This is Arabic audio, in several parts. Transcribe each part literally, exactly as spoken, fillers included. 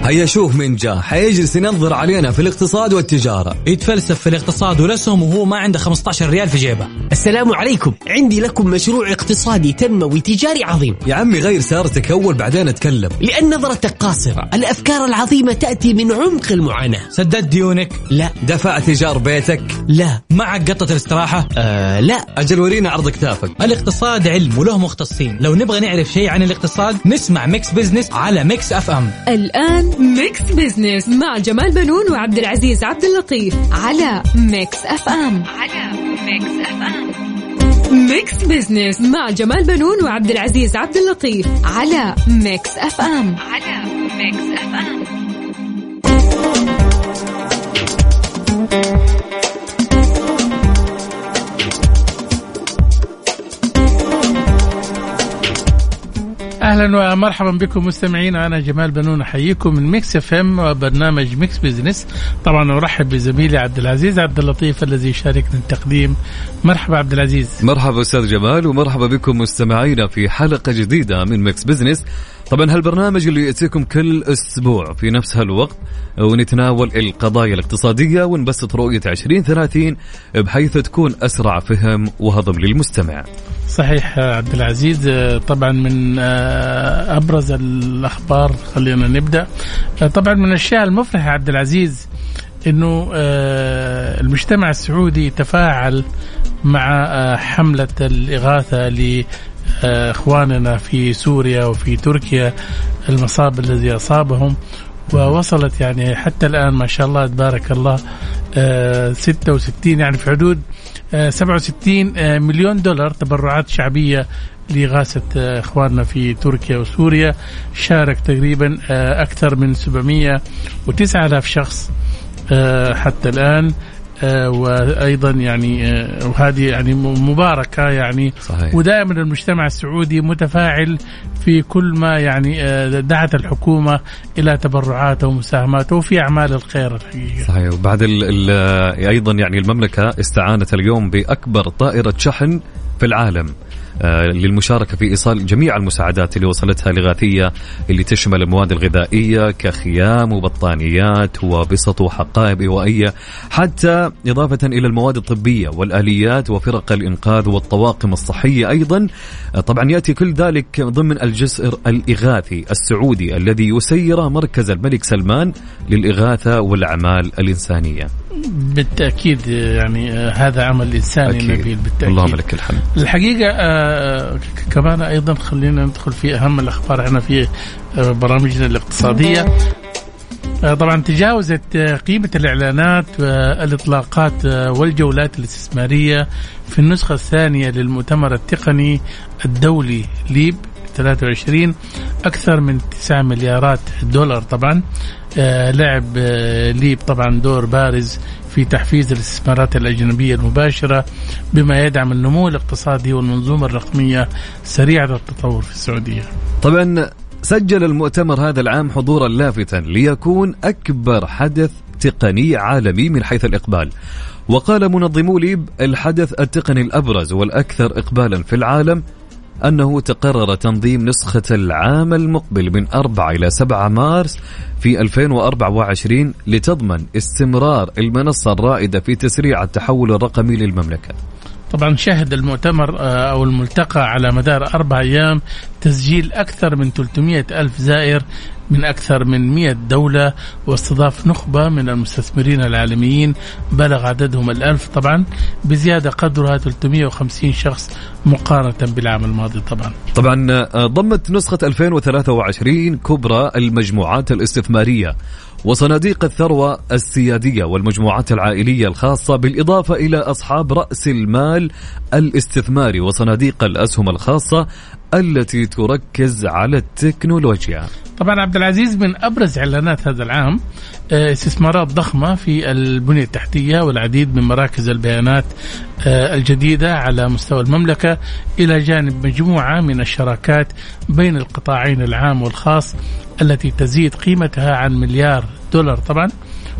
هيا شوف من جاء حيجلس ينظر علينا في الاقتصاد والتجارة، يتفلسف في الاقتصاد ورسم وهو ما عنده خمسة عشر ريال في جيبه. السلام عليكم، عندي لكم مشروع اقتصادي تنموي تجاري عظيم. يا عمي غير سيارتك أول بعدين أتكلم. لأن نظرتك قاصرة، الأفكار العظيمة تأتي من عمق المعاناة. سددت ديونك؟ لا. دفعت إيجار بيتك؟ لا. معك قطة الاستراحة؟ آه لا. أجل ورينا عرض كتافك. الاقتصاد علم وله مختصين، لو نبغى نعرف شيء عن الاقتصاد نسمع ميكس بزنس على ميكس اف ام. الآن ميكس بزنس مع جمال بنون وعبد العزيز عبد اللطيف على ميكس اف ام. على ميكس اف ام. ميكس بزنس مع جمال بنون وعبد العزيز عبد اللطيف على ميكس اف ام. على ميكس اف ام. أهلا ومرحبا بكم مستمعين، أنا جمال بنون أحييكم من ميكس اف ام وبرنامج ميكس بزنس. طبعا أرحب بزميلي عبد العزيز عبد اللطيف الذي يشاركنا التقديم. مرحبا عبد العزيز. مرحبا أستاذ جمال، ومرحبا بكم مستمعينا في حلقة جديدة من ميكس بزنس. طبعا هالبرنامج اللي يأتيكم كل أسبوع في نفس هالوقت، ونتناول القضايا الاقتصادية ونبسط رؤية عشرين ثلاثين بحيث تكون أسرع فهم وهضم للمستمع. صحيح عبد العزيز. طبعا من أبرز الأخبار خلينا نبدأ. طبعا من الأشياء المفرحة عبد العزيز إنه المجتمع السعودي تفاعل مع حملة الإغاثة ل إخواننا في سوريا وفي تركيا المصاب الذي أصابهم، ووصلت يعني حتى الآن ما شاء الله تبارك الله ستة وستين يعني في حدود سبعة وستين مليون دولار تبرعات شعبية لإغاثة إخواننا في تركيا وسوريا. شارك تقريبا أكثر من سبعمائة وتسعة آلاف شخص حتى الآن. آه وأيضا يعني آه وهذه يعني مباركة يعني. صحيح. ودائما المجتمع السعودي متفاعل في كل ما يعني آه دعت الحكومة إلى تبرعاته ومساهماته في أعمال الخير الحقيقة. صحيح. وبعد ال ال أيضا يعني المملكة استعانت اليوم بأكبر طائرة شحن في العالم للمشاركة في إيصال جميع المساعدات اللي وصلتها الإغاثية، اللي تشمل المواد الغذائية كخيام وبطانيات وبسط وحقائب إيوائية، حتى إضافة إلى المواد الطبية والآليات وفرق الإنقاذ والطواقم الصحية أيضا. طبعا يأتي كل ذلك ضمن الجسر الإغاثي السعودي الذي يسير مركز الملك سلمان للإغاثة والأعمال الإنسانية. بالتأكيد يعني هذا عمل إنساني نبيل بالتأكيد. اللهم لك الحمد. الحقيقة آه كمان أيضا خلينا ندخل في أهم الأخبار هنا في آه برامجنا الاقتصادية. آه طبعا تجاوزت آه قيمة الإعلانات والإطلاقات آه والجولات الاستثمارية في النسخة الثانية للمؤتمر التقني الدولي ليب ثلاثة وعشرين أكثر من تسعة مليارات دولار. طبعا آه لعب آه ليب طبعا دور بارز في تحفيز الاستثمارات الأجنبية المباشرة بما يدعم النمو الاقتصادي والمنظومة الرقمية سريعة التطور في السعودية. طبعا سجل المؤتمر هذا العام حضورا لافتا ليكون أكبر حدث تقني عالمي من حيث الإقبال. وقال منظمو ليب الحدث التقني الأبرز والأكثر إقبالا في العالم أنه تقرر تنظيم نسخة العام المقبل من أربعة إلى سبعة مارس في ألفين وأربعة وعشرين لتضمن استمرار المنصة الرائدة في تسريع التحول الرقمي للمملكة. طبعا شهد المؤتمر أو الملتقى على مدار أربع أيام تسجيل أكثر من ثلاثمائة ألف زائر من أكثر من مئة دولة، واستضاف نخبة من المستثمرين العالميين بلغ عددهم الألف طبعا، بزيادة قدرها ثلاثمائة وخمسين شخص مقارنة بالعام الماضي. طبعا طبعا ضمت نسخة ألفين وثلاثة وعشرين كبرى المجموعات الاستثمارية وصناديق الثروة السيادية والمجموعات العائلية الخاصة، بالإضافة إلى أصحاب رأس المال الاستثماري وصناديق الأسهم الخاصة التي تركز على التكنولوجيا. طبعا عبد العزيز من أبرز إعلانات هذا العام استثمارات ضخمة في البنية التحتية والعديد من مراكز البيانات الجديدة على مستوى المملكة، إلى جانب مجموعة من الشراكات بين القطاعين العام والخاص التي تزيد قيمتها عن مليار دولار طبعا.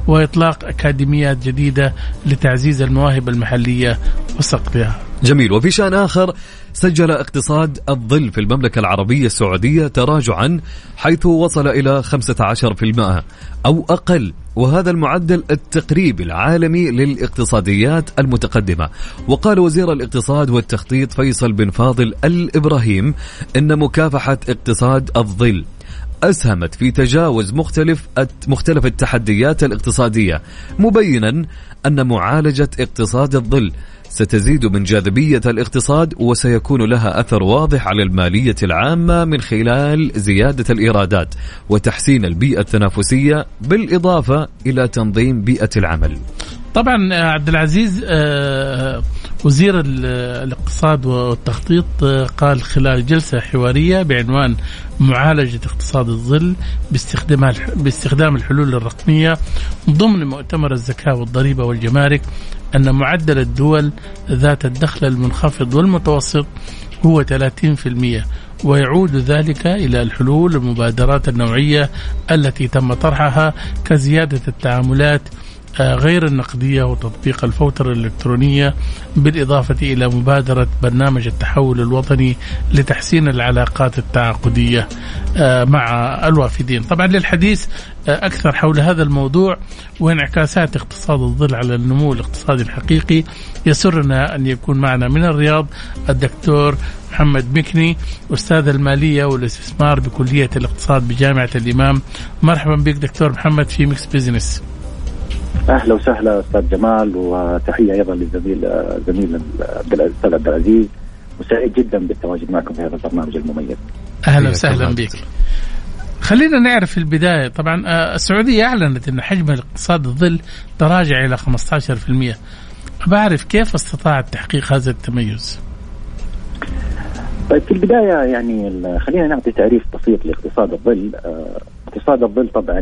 وإطلاق أكاديميات جديدة لتعزيز المواهب المحلية وصقلها. جميل. وفي شأن آخر، سجل اقتصاد الظل في المملكة العربية السعودية تراجعا حيث وصل إلى خمسة عشر بالمئة أو أقل، وهذا المعدل التقريبي العالمي للاقتصاديات المتقدمة. وقال وزير الاقتصاد والتخطيط فيصل بن فاضل الإبراهيم إن مكافحة اقتصاد الظل أسهمت في تجاوز مختلف مختلف التحديات الاقتصادية، مبينا أن معالجة اقتصاد الظل ستزيد من جاذبية الاقتصاد وسيكون لها أثر واضح على المالية العامة من خلال زيادة الإيرادات وتحسين البيئة التنافسية بالإضافة إلى تنظيم بيئة العمل. طبعا عبد العزيز وزير الاقتصاد والتخطيط قال خلال جلسة حوارية بعنوان معالجة اقتصاد الظل باستخدام باستخدام الحلول الرقمية ضمن مؤتمر الزكاة والضريبة والجمارك أن معدل الدول ذات الدخل المنخفض والمتوسط هو ثلاثين بالمئة، ويعود ذلك إلى الحلول والمبادرات النوعية التي تم طرحها كزيادة التعاملات غير النقدية وتطبيق الفوترة الإلكترونية، بالإضافة إلى مبادرة برنامج التحول الوطني لتحسين العلاقات التعاقدية مع الوافدين. طبعا للحديث أكثر حول هذا الموضوع وانعكاسات اقتصاد الظل على النمو الاقتصادي الحقيقي، يسرنا أن يكون معنا من الرياض الدكتور محمد مكني، أستاذ المالية والاستثمار بكلية الاقتصاد بجامعة الإمام. مرحبا بك دكتور محمد في ميكس بيزنس. أهلا وسهلا أستاذ جمال، وتحية أيضا للزميل زميل الأستاذ عبد العزيز، وسعيد جدا بالتواجد معكم في هذا البرنامج المميز. أهلا وسهلا بك. خلينا نعرف في البداية، طبعا السعودية أعلنت أن حجم الاقتصاد الظل تراجع إلى خمسة عشر بالمئة. بعرف كيف استطاعت تحقيق هذا التميز؟ طيب في البداية يعني خلينا نعطي تعريف بسيط لاقتصاد الظل. اقتصاد الظل طبعا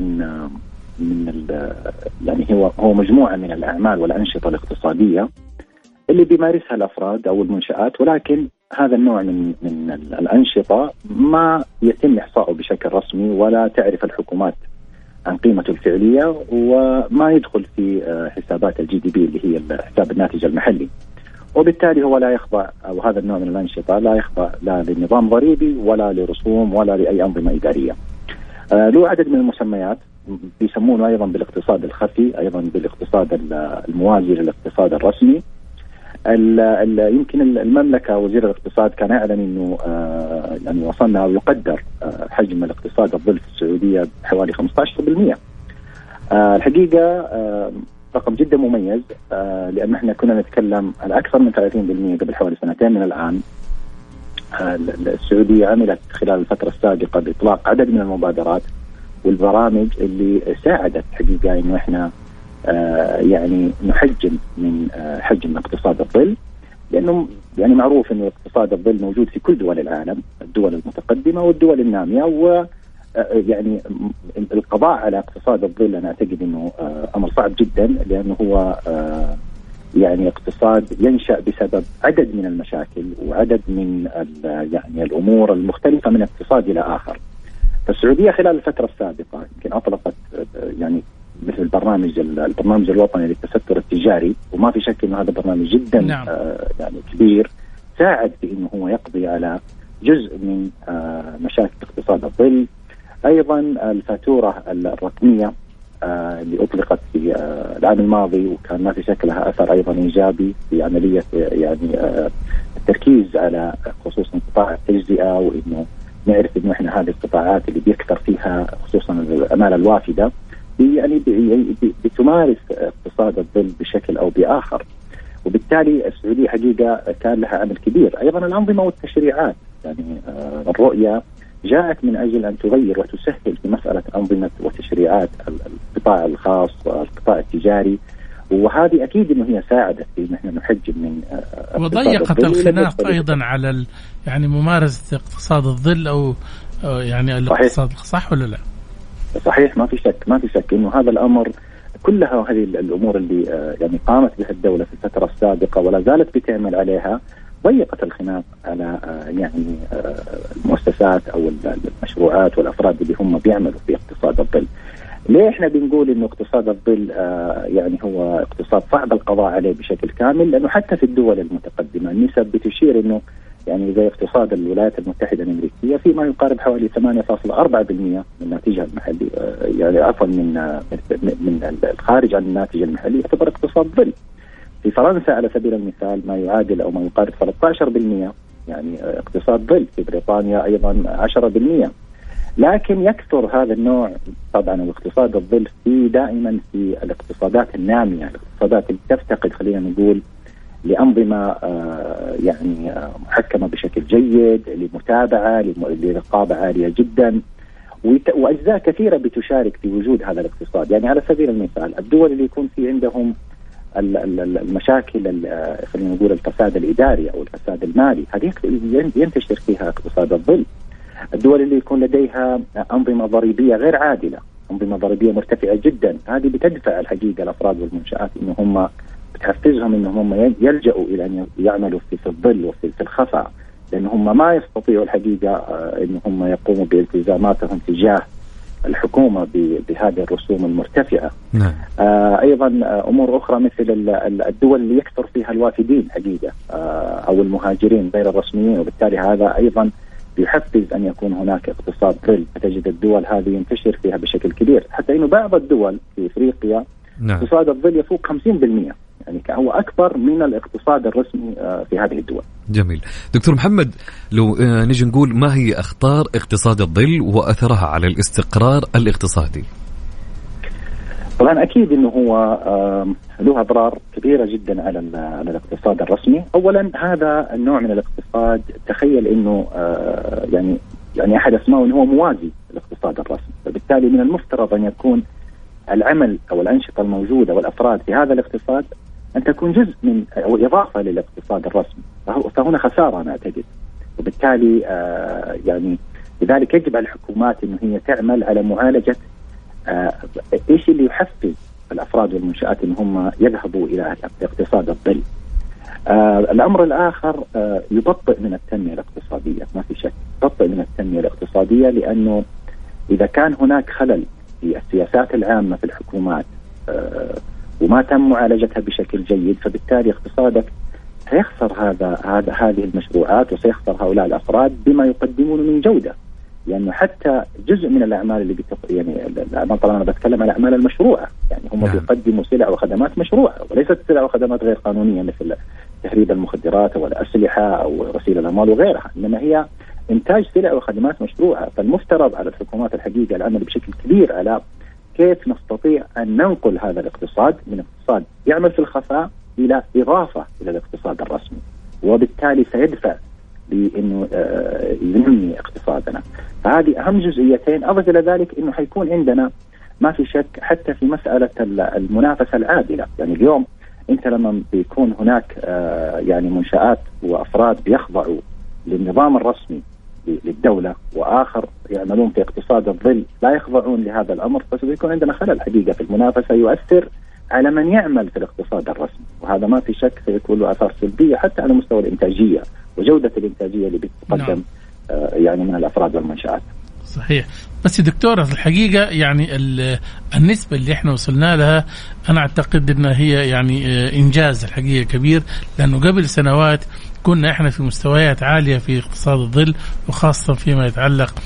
من يعني هو هو مجموعة من الأعمال والأنشطة الاقتصادية اللي بيمارسها الأفراد أو المنشآت، ولكن هذا النوع من من الأنشطة ما يتم إحصاؤه بشكل رسمي ولا تعرف الحكومات عن قيمته الفعلية، وما يدخل في حسابات الجي دي بي اللي هي حساب الناتج المحلي، وبالتالي هو لا يخضع، أو هذا النوع من الأنشطة لا يخضع لا لنظام ضريبي ولا لرسوم ولا لأي أنظمة إدارية. له عدد من المسميات، بيسمونه أيضا بالاقتصاد الخفي، أيضا بالاقتصاد الموازي للاقتصاد الرسمي. ال ال يمكن المملكة وزير الاقتصاد كان يعلن أنه آه يعني وصلنا أو يقدر آه حجم الاقتصاد الظل في السعودية بحوالي خمسة عشر بالمئة. آه الحقيقة آه رقم جدا مميز، آه لأن احنا كنا نتكلم على أكثر من ثلاثين بالمئة قبل حوالي سنتين من الآن. آه السعودية عملت خلال الفترة السابقة بإطلاق عدد من المبادرات والبرامج اللي ساعدت حقيقة إنه إحنا آه يعني نحجم من آه حجم اقتصاد الظل، لأنه يعني معروف إنه اقتصاد الظل موجود في كل دول العالم، الدول المتقدمة والدول النامية، و يعني القضاء على اقتصاد الظل أنا أعتقد إنه آه أمر صعب جدا، لأنه هو آه يعني اقتصاد ينشأ بسبب عدد من المشاكل وعدد من يعني الأمور المختلفة من اقتصاد إلى آخر. فالسعودية خلال الفترة السابقة يمكن أطلقت يعني مثل البرنامج البرنامج الوطني للتستر التجاري، وما في شك إنه هذا برنامج جدا نعم. آه يعني كبير، ساعد في إنه هو يقضي على جزء من آه مشاكل اقتصاد الظل. أيضا الفاتورة الرقمية آه اللي أطلقت في آه العام الماضي، وكان ما في شك لها أثر أيضا إيجابي في عملية يعني آه التركيز على خصوصا قطاع التجزئة، وإنه نعرف إنه إحنا هذه القطاعات اللي بيكثر فيها خصوصا العمالة الوافدة يعني بتمارس اقتصاد الظل بشكل أو بآخر، وبالتالي السعودية حقيقة كان لها عمل كبير. أيضا الأنظمة والتشريعات، يعني الرؤية جاءت من أجل أن تغير وتسهل في مسألة أنظمة وتشريعات القطاع الخاص والقطاع التجاري، وهذه أكيد إنه هي ساعدت في إن إحنا نحجم من وضيقت الخناق أيضا على ال... يعني ممارسة اقتصاد الظل أو يعني الاقتصاد، صح ولا لا؟ صحيح، ما في شك ما في شك إنه هذا الأمر كلها هذه الأمور اللي يعني قامت بها الدولة في الفترة السابقة ولا زالت بتعمل عليها، ضيقت الخناق على يعني المؤسسات أو المشروعات والأفراد اللي هم بيعملوا في اقتصاد الظل. ليه احنا بنقول انه اقتصاد الظل آه يعني هو اقتصاد صعب القضاء عليه بشكل كامل؟ لانه حتى في الدول المتقدمه النسب بتشير انه يعني زي اقتصاد الولايات المتحده الامريكيه في ما يقارب حوالي ثمانية فاصلة أربعة بالمئة من ناتجها المحلي، آه يعني عفوا من آه من الخارج عن الناتج المحلي يعتبر اقتصاد ظل. في فرنسا على سبيل المثال ما يعادل او ما يقارب ثلاثة عشر بالمئة يعني اقتصاد ظل. في بريطانيا ايضا عشرة بالمئة. لكن يكثر هذا النوع طبعا الاقتصاد الظل في دائما في الاقتصادات الناميه، الاقتصادات اللي تفتقد خلينا نقول لانظمه آه يعني آه محكمه بشكل جيد، لمتابعه، لرقابه عاليه جدا، واجزاء كثيره بتشارك في وجود هذا الاقتصاد. يعني على سبيل المثال الدول اللي يكون في عندهم المشاكل خلينا نقول الفساد الاداري او الفساد المالي، هذه ينتشر فيها اقتصاد الظل. الدول اللي يكون لديها أنظمة ضريبية غير عادلة، أنظمة ضريبية مرتفعة جدا، هذه بتدفع الحقيقة الأفراد والمنشآت إنه هم بتحفزهم إنه هم يلجأوا إلى أن يعملوا في الظل وفي الخفاء، لأن هم ما يستطيعوا الحقيقة إنه هم يقوموا بالتزاماتهم تجاه الحكومة بهذه الرسوم المرتفعة. نعم. آه أيضا أمور أخرى مثل الدول اللي يكثر فيها الوافدين حقيقة آه أو المهاجرين غير الرسميين، وبالتالي هذا أيضا يحفز أن يكون هناك اقتصاد ظل. فتجد الدول هذه ينتشر فيها بشكل كبير، حتى إنه بعض الدول في إفريقيا نعم. اقتصاد الظل يفوق خمسين بالمئة، يعني هو أكبر من الاقتصاد الرسمي في هذه الدول. جميل. دكتور محمد، لو نجي نقول ما هي أخطار اقتصاد الظل وأثرها على الاستقرار الاقتصادي؟ طبعا أكيد إنه هو له أضرار كبيرة جدا على على الاقتصاد الرسمي. أولا هذا النوع من الاقتصاد تخيل إنه يعني يعني أحد أسمائه إنه هو موازي للاقتصاد الرسمي، فبالتالي من المفترض أن يكون العمل أو الأنشطة الموجودة والأفراد في هذا الاقتصاد أن تكون جزء من أو إضافة للاقتصاد الرسمي، فهنا خسارة أنا أعتقد. وبالتالي يعني لذلك يجب على الحكومات إنه هي تعمل على معالجة آه، إيش اللي يحفز الأفراد والمنشآت إن هم يذهبوا إلى اقتصاد الظل. آه، الأمر الآخر آه، يبطئ من التنمية الاقتصادية، ما في شك يبطئ من التنمية الاقتصادية، لأنه إذا كان هناك خلل في السياسات العامة في الحكومات آه، وما تم معالجتها بشكل جيد، فبالتالي اقتصادك سيخسر هذا هذا هذه المشروعات وسيخسر هؤلاء الأفراد بما يقدمون من جودة. لأنه يعني حتى جزء من الأعمال اللي بتق... يعني الأعمال طبعا أنا بتكلم عن الأعمال المشروعة، يعني هم نعم. بيقدموا سلع وخدمات مشروعة وليست سلع وخدمات غير قانونية مثل تهريب المخدرات أو الأسلحة أو غسيل الأموال وغيرها، إنما هي إنتاج سلع وخدمات مشروعة. فالمفترض على الحكومات الحقيقة العمل بشكل كبير على كيف نستطيع أن ننقل هذا الاقتصاد من اقتصاد يعمل في الخفاء إلى إضافة إلى الاقتصاد الرسمي، وبالتالي سيدفع بأنه ينمي اقتصادنا. فهذه أهم جزئيتين. أضف إلى ذلك أنه حيكون عندنا ما في شك حتى في مسألة المنافسة العادلة. يعني اليوم أنت لما بيكون هناك يعني منشآت وأفراد بيخضعوا للنظام الرسمي للدولة وآخر يعملون في اقتصاد الظل لا يخضعون لهذا الأمر، فسيكون عندنا خلل حقيقة في المنافسة يؤثر على من يعمل في الاقتصاد الرسمي، وهذا ما في شك سيكون له آثار سلبية حتى على مستوى الإنتاجية وجودة الإنتاجية اللي بتقدم نعم. آه يعني من الأفراد والمنشآت. صحيح. بس دكتور الحقيقة يعني النسبة اللي احنا وصلنا لها أنا أعتقد أنها هي يعني إنجاز الحقيقة كبير، لأنه قبل سنوات كنا احنا في مستويات عالية في اقتصاد الظل، وخاصة فيما يتعلق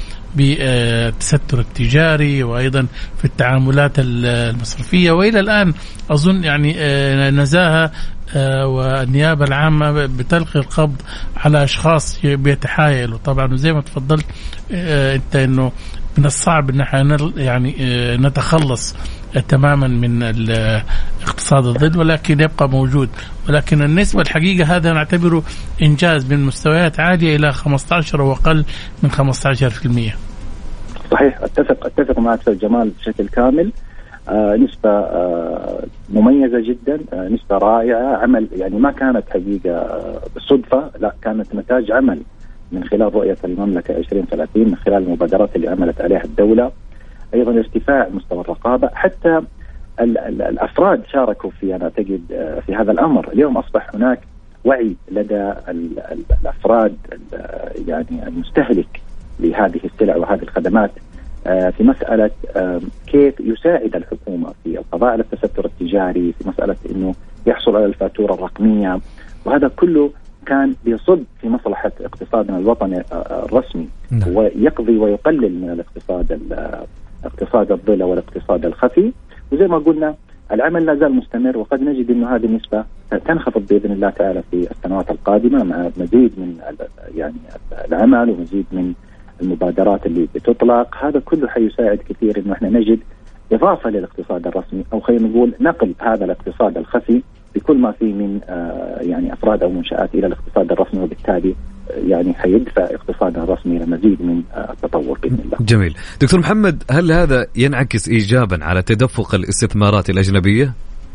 بالتستر التجاري وأيضا في التعاملات المصرفية، وإلى الآن أظن يعني نزاهة والنيابة العامة بتلقي القبض على أشخاص بيتحايلوا. طبعا وزي ما تفضلت أنت أنه من الصعب أن احنا يعني نتخلص تماما من اقتصاد الظل، ولكن يبقى موجود. ولكن النسبة الحقيقة هذا نعتبره إنجاز من مستويات عالية إلى خمسة عشر وأقل من خمسة عشر بالمئة. صحيح، أتفق أتفق معك أستاذ جمال بشكل كامل. آه نسبة آه مميزة جدا، آه نسبة رائعة. عمل يعني ما كانت حقيقة آه بالصدفة، لا كانت نتاج عمل من خلال رؤية المملكة عشرين ثلاثين، من خلال المبادرات اللي عملت عليها الدولة، أيضا ارتفاع مستوى الرقابة. حتى ال ال الأفراد شاركوا في أنا أعتقد آه في هذا الأمر. اليوم أصبح هناك وعي لدى ال ال الأفراد يعني المستهلك لهذه السلع وهذه الخدمات في مسألة كيف يساعد الحكومة في القضاء على التستر التجاري، في مسألة أنه يحصل على الفاتورة الرقمية، وهذا كله كان بيصب في مصلحة اقتصادنا الوطني الرسمي، ويقضي ويقلل من الاقتصاد اقتصاد الظل والاقتصاد الخفي. وزي ما قلنا العمل لا زال مستمر، وقد نجد أن هذه النسبة تنخفض بإذن الله تعالى في السنوات القادمة مع مزيد من يعني العمل ومزيد من المبادرات اللي بتطلق. هذا كله حيساعد كثير إنه إحنا نجد إضافة للاقتصاد الرسمي، أو خلينا نقول نقل هذا الاقتصاد الخفي بكل ما فيه من آه يعني أفراد أو منشآت إلى الاقتصاد الرسمي، وبالتالي يعني حيدفع اقتصادنا الرسمي إلى مزيد من آه التطور بإذن الله. جميل. دكتور محمد، هل هذا ينعكس إيجابا على تدفق الاستثمارات الأجنبية؟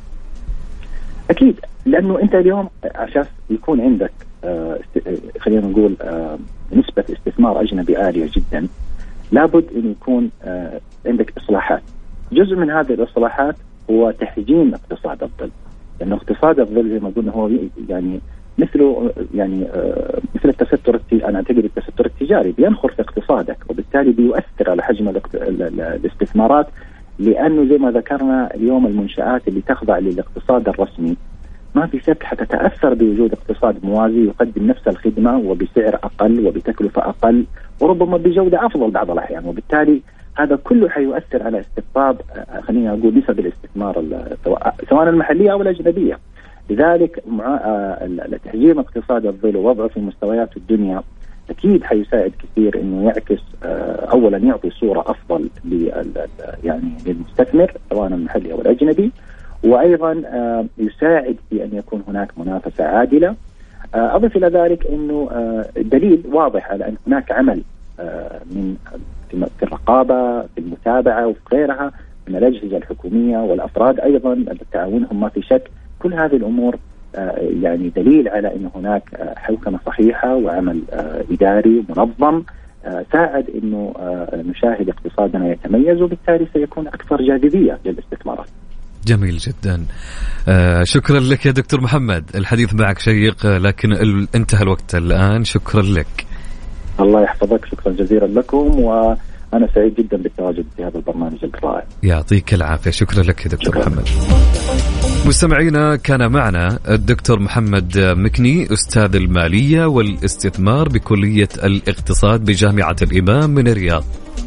أكيد، لأنه أنت اليوم عشان يكون عندك آه خلينا نقول آه نسبة استثمار أجنبي عالية جدا، لابد أن يكون آه عندك إصلاحات. جزء من هذه الإصلاحات هو تحجيم اقتصاد الظل، لأنه اقتصاد الظل زي ما قلنا هو يعني مثله يعني آه مثل التستر، أنا أعتقد التستر التجاري بينخر في اقتصادك، وبالتالي بيؤثر على حجم الاستثمارات، لأنه زي ما ذكرنا اليوم المنشآت اللي تخضع للاقتصاد الرسمي ما في شك حتتأثر بوجود اقتصاد موازي يقدم نفس الخدمة وبسعر أقل وبتكلفة أقل وربما بجودة أفضل بعض الأحيان، وبالتالي هذا كله حيؤثر على استقطاب خلينا أقول نسب الاستثمار سواء المحلية أو الأجنبية. لذلك مع تحجيم اقتصاد الظل ووضعه في مستويات الدنيا أكيد حيساعد كثير إنه يعكس أولا يعطي صورة أفضل يعني للمستثمر سواء المحلي أو الأجنبي، وأيضا يساعد في أن يكون هناك منافسة عادلة. أضف إلى ذلك أنه دليل واضح على أن هناك عمل من في الرقابة في المتابعة وفي غيرها من الأجهزة الحكومية والأفراد أيضا تعاونهم، ما في شك كل هذه الأمور يعني دليل على أن هناك حوكمة صحيحة وعمل إداري منظم ساعد أنه نشاهد اقتصادنا يتميز، وبالتالي سيكون أكثر جاذبية للاستثمارات. جميل جدا. آه شكرا لك يا دكتور محمد، الحديث معك شيق لكن انتهى الوقت الآن. شكرا لك. الله يحفظك، شكرا جزيلا لكم، وأنا سعيد جدا بالتواجد في هذا البرنامج الرائع. يعطيك العافية. شكرا لك يا دكتور شكرا. محمد. مستمعينا، كان معنا الدكتور محمد مكني، أستاذ المالية والاستثمار بكلية الاقتصاد بجامعة الإمام من الرياض.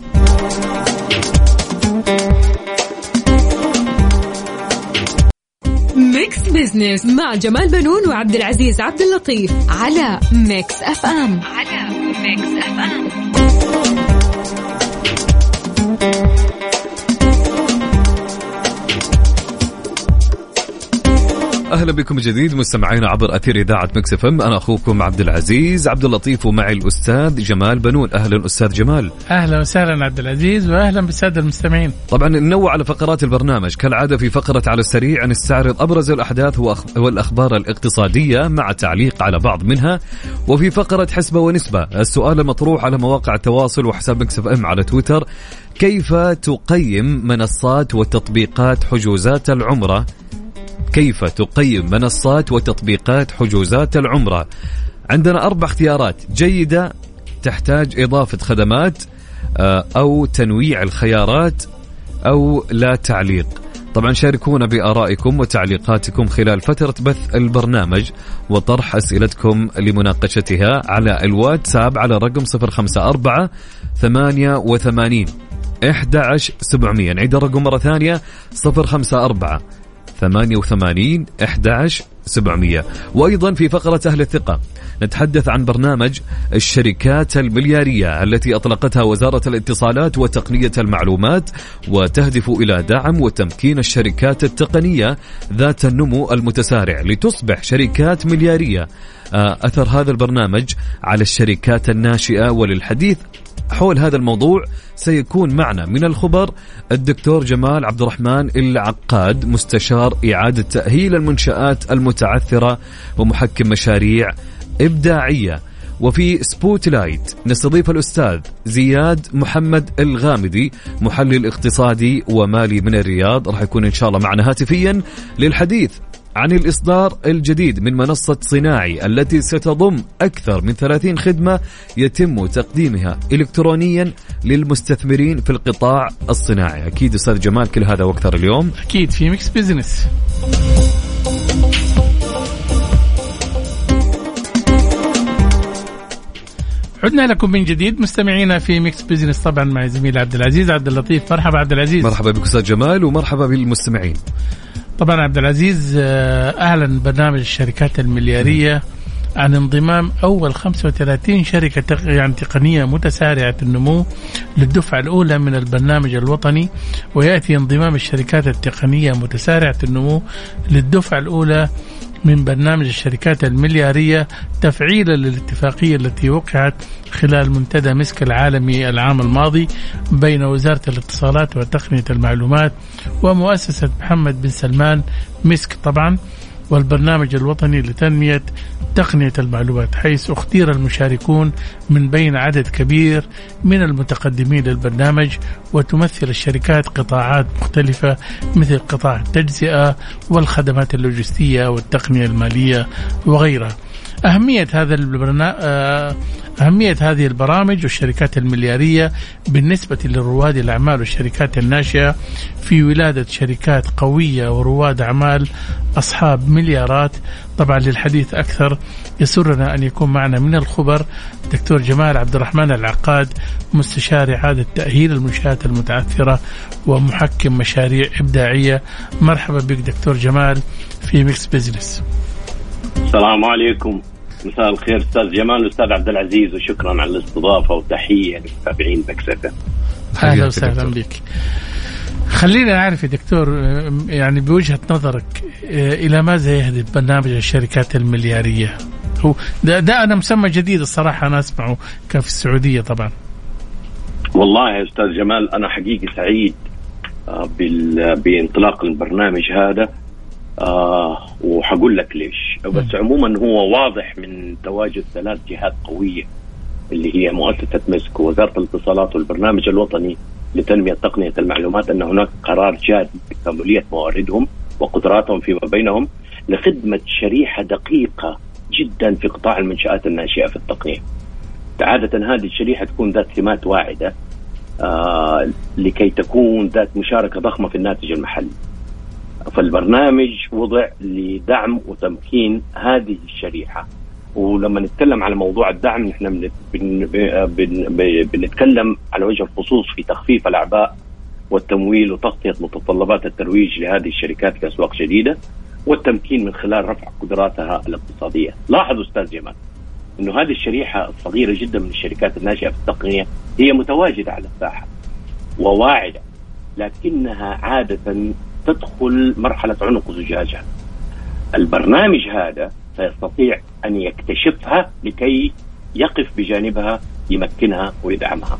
ميكس بزنس مع جمال بنون وعبد العزيز عبد اللطيف على ميكس اف ام. على ميكس اف ام. أهلا بكم من جديد مستمعينا عبر أثير إذاعة ميكس اف ام. أنا أخوكم عبد العزيز عبد اللطيف، ومعي الأستاذ جمال بنون. أهلا أستاذ جمال. أهلا وسهلا عبد العزيز، وأهلا بالسادة المستمعين. طبعا ننوع على فقرات البرنامج كالعادة. في فقرة على السريع نستعرض أبرز الأحداث والأخبار الاقتصادية مع تعليق على بعض منها، وفي فقرة حسبة ونسبة السؤال المطروح على مواقع التواصل وحساب ميكس اف ام على تويتر: كيف تقيم منصات وتطبيقات حجوزات العمرة؟ كيف تقيم منصات وتطبيقات حجوزات العمرة؟ عندنا أربع اختيارات: جيدة، تحتاج إضافة خدمات، أو تنويع الخيارات، أو لا تعليق. طبعا شاركونا بآرائكم وتعليقاتكم خلال فترة بث البرنامج وطرح أسئلتكم لمناقشتها على الواتساب على رقم صفر خمسة أربعة ثمانية وثمانين أحد عشر سبعمية. نعيد الرقم مرة ثانية: صفر خمسة أربعة ثمانية وثمانين أحد عشر سبعمية. وأيضا في فقرة أهل الثقة نتحدث عن برنامج الشركات المليارية التي أطلقتها وزارة الاتصالات وتقنية المعلومات، وتهدف إلى دعم وتمكين الشركات التقنية ذات النمو المتسارع لتصبح شركات مليارية. أثر هذا البرنامج على الشركات الناشئة. وللحديث حول هذا الموضوع سيكون معنا من الخبر الدكتور جمال عبد الرحمن العقاد، مستشار إعادة تأهيل المنشآت المتعثرة ومحكم مشاريع إبداعية. وفي سبوت لايت نستضيف الأستاذ زياد محمد الغامدي، محلل اقتصادي ومالي من الرياض، راح يكون إن شاء الله معنا هاتفيا للحديث عن الإصدار الجديد من منصة صناعي التي ستضم أكثر من ثلاثين خدمة يتم تقديمها إلكترونيا للمستثمرين في القطاع الصناعي. أكيد أستاذ جمال كل هذا وأكثر اليوم أكيد في ميكس بيزنس. عدنا لكم من جديد مستمعينا في ميكس بيزنس، طبعا مع زميل عبد العزيز عبد اللطيف. مرحبا عبد العزيز. مرحبا بك أستاذ جمال ومرحبا بالمستمعين. طبعا عبد العزيز أعلن برنامج الشركات المليارية عن انضمام أول خمسة وثلاثين شركة يعني تقنية متسارعة النمو للدفعة الأولى من البرنامج الوطني، ويأتي انضمام الشركات التقنية متسارعة النمو للدفعة الأولى من برنامج الشركات المليارية تفعيلا للاتفاقية التي وقعت خلال منتدى مسك العالمي العام الماضي بين وزارة الاتصالات وتقنية المعلومات ومؤسسة محمد بن سلمان مسك طبعا والبرنامج الوطني لتنمية تقنية المعلومات، حيث اختير المشاركون من بين عدد كبير من المتقدمين للبرنامج، وتمثل الشركات قطاعات مختلفة مثل قطاع التجزئة والخدمات اللوجستية والتقنية المالية وغيرها. أهمية هذا البرنامج أهمية هذه البرامج والشركات المليارية بالنسبة لرواد الأعمال والشركات الناشئة في ولادة شركات قوية ورواد أعمال أصحاب مليارات. طبعا للحديث أكثر يسرنا أن يكون معنا من الخبر دكتور جمال عبد الرحمن العقاد، مستشار إعادة تأهيل المنشآت المتعثرة ومحكم مشاريع إبداعية. مرحبا بك دكتور جمال في ميكس بيزنس. السلام عليكم، مساء الخير أستاذ جمال وأستاذ عبد العزيز، وشكرا على الاستضافة وتحية للمتابعين بكسفة. أهلا وسهلا بك. خلينا نعرف يا دكتور يعني بوجهة نظرك إلى ماذا يهدف برنامج الشركات المليارية؟ هو ده, ده أنا مسمى جديد الصراحة، أنا أسمعه كان في السعودية طبعا. والله يا أستاذ جمال أنا حقيقي سعيد بانطلاق البرنامج هذا، آه وحقول لك ليش. بس عموما هو واضح من تواجد ثلاث جهات قوية اللي هي مؤسسة مسك ووزارة الاتصالات والبرنامج الوطني لتنمية تقنية المعلومات أن هناك قرار جاد بكاملية مواردهم وقدراتهم فيما بينهم لخدمة شريحة دقيقة جدا في قطاع المنشآت الناشئة في التقنية. عادة هذه الشريحة تكون ذات سمات واعدة آه لكي تكون ذات مشاركة ضخمة في الناتج المحلي. فالبرنامج وضع لدعم وتمكين هذه الشريحة. ولما نتكلم على موضوع الدعم نحن بن بن بنتكلم على وجه الخصوص في تخفيف الأعباء والتمويل وتغطية متطلبات الترويج لهذه الشركات في أسواق جديدة والتمكين من خلال رفع قدراتها الاقتصادية. لاحظوا أستاذ جمال إنه هذه الشريحة الصغيرة جدا من الشركات الناشئة في التقنية هي متواجدة على الساحة وواعدة، لكنها عادة تدخل مرحلة عنق زجاجة. البرنامج هذا سيستطيع أن يكتشفها لكي يقف بجانبها يمكنها ويدعمها.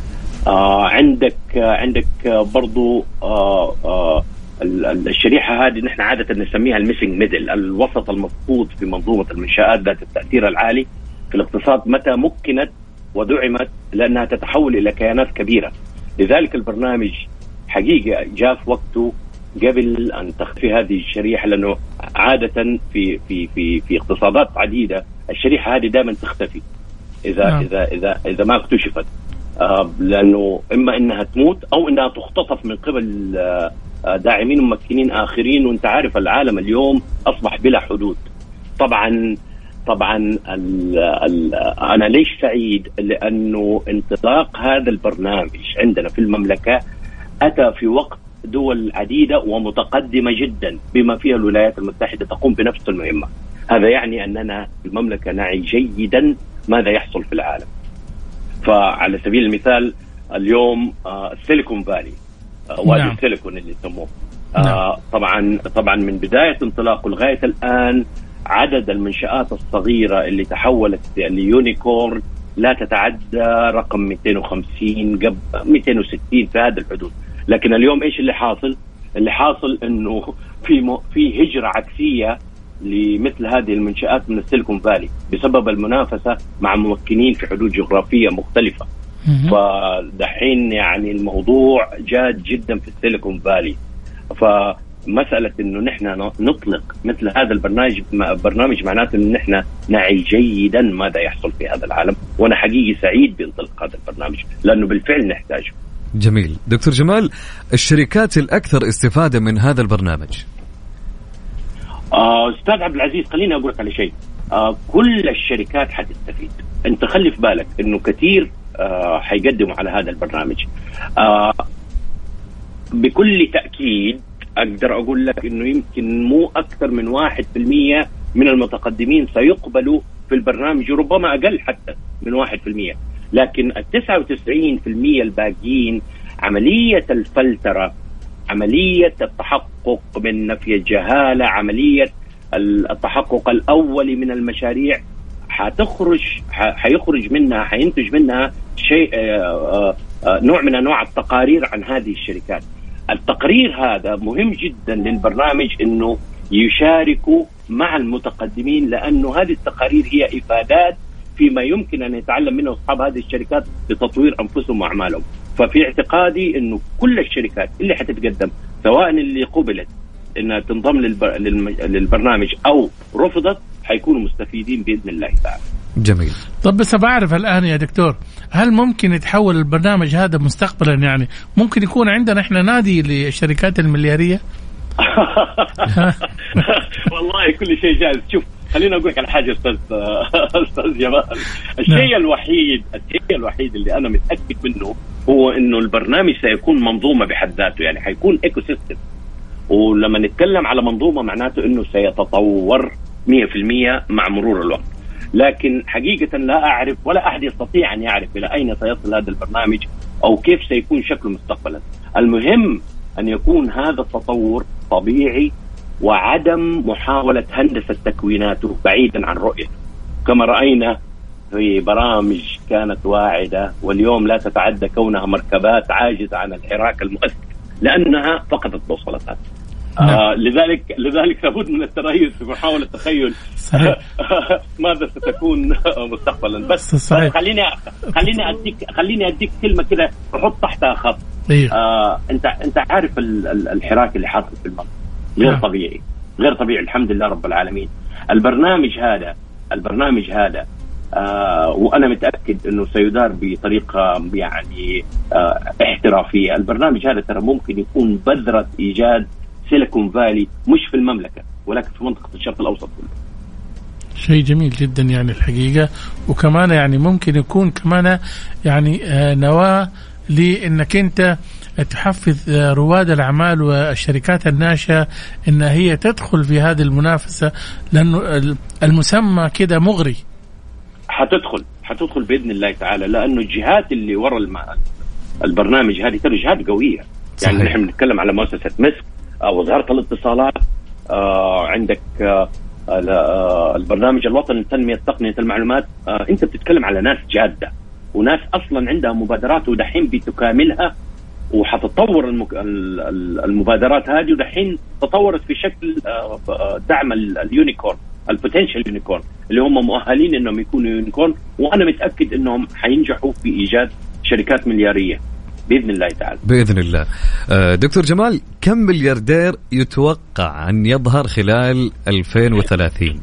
آه عندك آه عندك آه برضو آه آه الشريحة هذه نحن عادة نسميها الميسنج ميدل، الوسط المفقود في منظومة المنشآت ذات التأثير العالي في الاقتصاد، متى مكنت ودعمت لأنها تتحول إلى كيانات كبيرة. لذلك البرنامج حقيقة جاء في وقته قبل أن تختفي هذه الشريحة، لأنه عادة في في في في اقتصادات عديدة الشريحة هذه دائما تختفي إذا نعم. إذا إذا إذا ما اكتشفت، آه لأنه إما إنها تموت أو إنها تختطف من قبل آه داعمين وممكنين آخرين. وأنت عارف العالم اليوم أصبح بلا حدود. طبعا طبعا ال ال أنا ليش سعيد؟ لأنه انطلاق هذا البرنامج عندنا في المملكة أتى في وقت دول عديدة ومتقدمة جدا بما فيها الولايات المتحدة تقوم بنفس المهمة. هذا يعني أننا في المملكة نعي جيدا ماذا يحصل في العالم. فعلى سبيل المثال اليوم السيليكون فالي وادي نعم. السيليكون اللي يسموه نعم. طبعا طبعا من بداية انطلاقه لغاية الآن عدد المنشآت الصغيرة اللي تحولت ليونيكورن لا تتعدى رقم مئتين وخمسين قبل مئتين وستين في هذا الحدود. لكن اليوم ايش اللي حاصل؟ اللي حاصل انه في م... في هجرة عكسية لمثل هذه المنشآت من السيليكون فالي بسبب المنافسة مع ممكنين في حدود جغرافية مختلفة. فدحين يعني الموضوع جاد جدا في السيليكون فالي. ف مسألة إنه نحن نطلق مثل هذا البرنامج برنامج معناته إنه نحن نعي جيدا ماذا يحصل في هذا العالم، وأنا حقيقي سعيد بانطلاق هذا البرنامج لأنه بالفعل نحتاجه. جميل. دكتور جمال، الشركات الأكثر استفادة من هذا البرنامج؟ آه أستاذ عبد العزيز، خليني أقول لك على شيء. آه كل الشركات حتستفيد. أنت خلي في بالك إنه كثير آه حيقدموا على هذا البرنامج. آه بكل تأكيد أقدر أقول لك إنه يمكن مو أكثر من واحد في المية من المتقدمين سيقبلوا في البرنامج، وربما أقل حتى من واحد في المية. لكن التسعة وتسعين في المية الباقيين عملية الفلترة، عملية التحقق من نفي الجهالة، عملية التحقق الأولي من المشاريع، حتخرج حيخرج منها حينتج منها شيء نوع من أنواع التقارير عن هذه الشركات. التقرير هذا مهم جدا للبرنامج إنه يشاركوا مع المتقدمين، لأنه هذه التقارير هي إفادات فيما يمكن أن يتعلم منه أصحاب هذه الشركات لتطوير أنفسهم وأعمالهم. ففي اعتقادي إنه كل الشركات اللي حتتقدم، سواء اللي قبلت إنها تنضم للبر... للبرنامج أو رفضت، حيكونوا مستفيدين بإذن الله تعالى. جميل. طب بس بعرف الآن يا دكتور، هل ممكن يتحول البرنامج هذا مستقبلا؟ يعني ممكن يكون عندنا إحنا نادي للشركات المليارية؟ والله كل شيء جاهز. شوف خلينا أقول لك على حاجة أستاذ أستاذ جمال. الشيء الوحيد الشيء الوحيد اللي أنا متأكد منه هو إنه البرنامج سيكون منظومة بحد ذاته، يعني حيكون إيكو سيستم. ولما نتكلم على منظومة معناته إنه سيتطور مية في المية مع مرور الوقت. لكن حقيقة لا أعرف ولا أحد يستطيع أن يعرف إلى أين سيصل هذا البرنامج أو كيف سيكون شكله مستقبلا. المهم أن يكون هذا التطور طبيعي وعدم محاولة هندسة تكويناته بعيدا عن رؤيته، كما رأينا في برامج كانت واعدة واليوم لا تتعدى كونها مركبات عاجزة عن الحراك المؤثر لأنها فقدت بوصلتها. آه لذلك لذلك لابد من التريث في محاولة تخيل ماذا ستكون مستقبلا. بس, بس خليني خليني أديك خليني أديك كلمة كده أحط تحتها خط. آه أنت أنت عارف الحراك اللي حاصل في المنطقة غير نعم. طبيعي غير طبيعي الحمد لله رب العالمين. البرنامج هذا البرنامج هذا آه وأنا متأكد أنه سيدار بطريقة يعني آه احترافية. البرنامج هذا ترى ممكن يكون بذرة إيجاد سيليكون فالي، مش في المملكة ولكن في منطقة الشرق الأوسط كله. شيء جميل جدا يعني الحقيقة. وكمان يعني ممكن يكون كمان يعني آه نواة لأنك أنت تحفز رواد الأعمال والشركات الناشئة إن هي تدخل في هذه المنافسة، لأنه المسمى كده مغري. حتدخل حتدخل بإذن الله تعالى، لأنه الجهات اللي وراء البرنامج هذه ترى جهات قوية. صحيح. يعني نحن نتكلم على مؤسسة مسك أو وزارة الاتصالات، آه عندك آه البرنامج الوطني لتنمية تقنية المعلومات. آه أنت بتتكلم على ناس جادة وناس أصلا عندها مبادرات ودحين بتكاملها وحتطور المك... المبادرات هذه، ودحين تطورت في شكل دعم اليونيكورن، البوتنشال يونيكورن اللي هم مؤهلين انهم يكونوا يونيكورن، وانا متاكد انهم حينجحوا في ايجاد شركات ملياريه باذن الله تعالى. باذن الله. دكتور جمال، كم ملياردير يتوقع ان يظهر خلال ألفين وثلاثين؟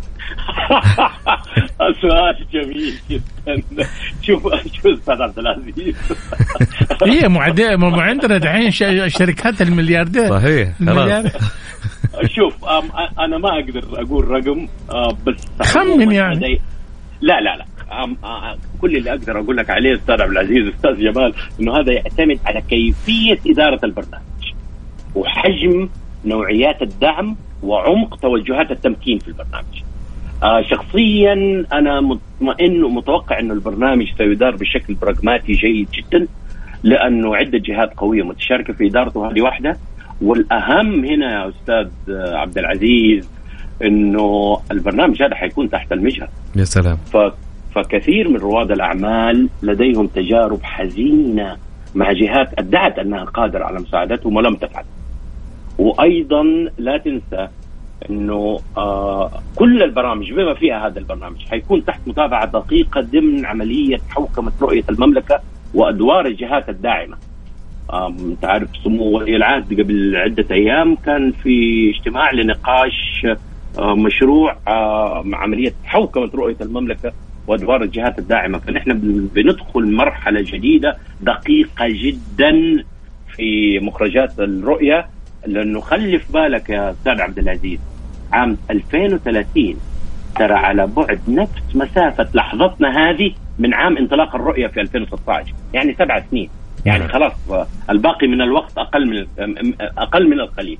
سؤال جميل جدا. شوف شوف استاذ عبد العزيز، هي معدل مو عندنا دحين شركات الملياردير. صحيح. شوف انا ما اقدر اقول رقم، بس خمن يعني. لا لا لا كل اللي اقدر اقول لك عليه استاذ عبد العزيز استاذ جمال انه هذا يعتمد على كيفيه اداره البرنامج وحجم نوعيات الدعم وعمق توجهات التمكين في البرنامج. آه شخصيا أنا مطمئن ومتوقع أن البرنامج سيدار بشكل براغماتي جيد جدا، لأنه عدة جهات قوية متشاركة في إدارته، هذه واحدة. والأهم هنا يا أستاذ عبد العزيز أنه البرنامج هذا حيكون تحت المجهر. يا سلام. فكثير من رواد الأعمال لديهم تجارب حزينة مع جهات ادعت أنها قادرة على مساعدتهم ولم تفعل. وأيضا لا تنسى انه آه كل البرامج بما فيها هذا البرنامج حيكون تحت متابعة دقيقة ضمن عملية حوكمة رؤية المملكة وادوار الجهات الداعمة. أنت عارف سمو ولي العهد قبل عدة أيام كان في اجتماع لنقاش مشروع مع عملية حوكمة رؤية المملكة وأدوار الجهات الداعمة. فنحن بندخل مرحلة جديدة دقيقة جدا في مخرجات الرؤية، لأنه خلي في بالك يا أستاذ عبد العزيز عام ألفين وثلاثين ترى على بعد نفس مسافة لحظتنا هذه من عام انطلاق الرؤية في ألفين وستة عشر، يعني سبع سنين، يعني خلاص الباقي من الوقت أقل من أقل من القليل.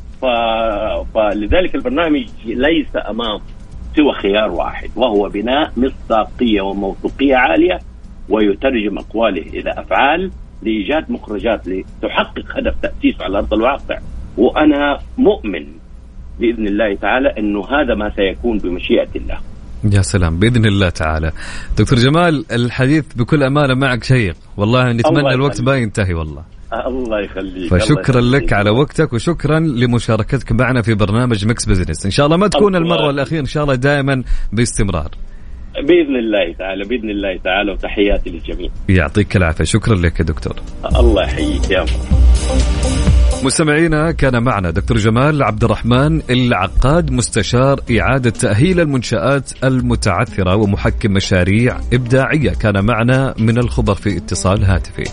فلذلك البرنامج ليس أمام سوى خيار واحد، وهو بناء مصداقية وموثوقية عالية، ويترجم أقواله إلى أفعال لإيجاد مخرجات لتحقق هدف تأسيسه على أرض الواقع. وأنا مؤمن بإذن الله تعالى أنه هذا ما سيكون بمشيئة الله. يا سلام، بإذن الله تعالى. دكتور جمال، الحديث بكل أمانة معك شيق والله، نتمنى الوقت ما ينتهي والله. الله يخليك. فشكرا الله لك على وقتك، وشكرا لمشاركتك معنا في برنامج ميكس بزنس. إن شاء الله ما تكون الله المرة الأخيرة، إن شاء الله دائما باستمرار بإذن الله تعالى. بإذن الله تعالى، وتحياتي للجميع. يعطيك العافية. شكرا لك يا دكتور. الله يحييك يا مرحبا. مستمعينا، كان معنا دكتور جمال عبد الرحمن العقاد، مستشار إعادة تأهيل المنشآت المتعثرة ومحكم مشاريع إبداعية، كان معنا من الخبر في اتصال هاتفي.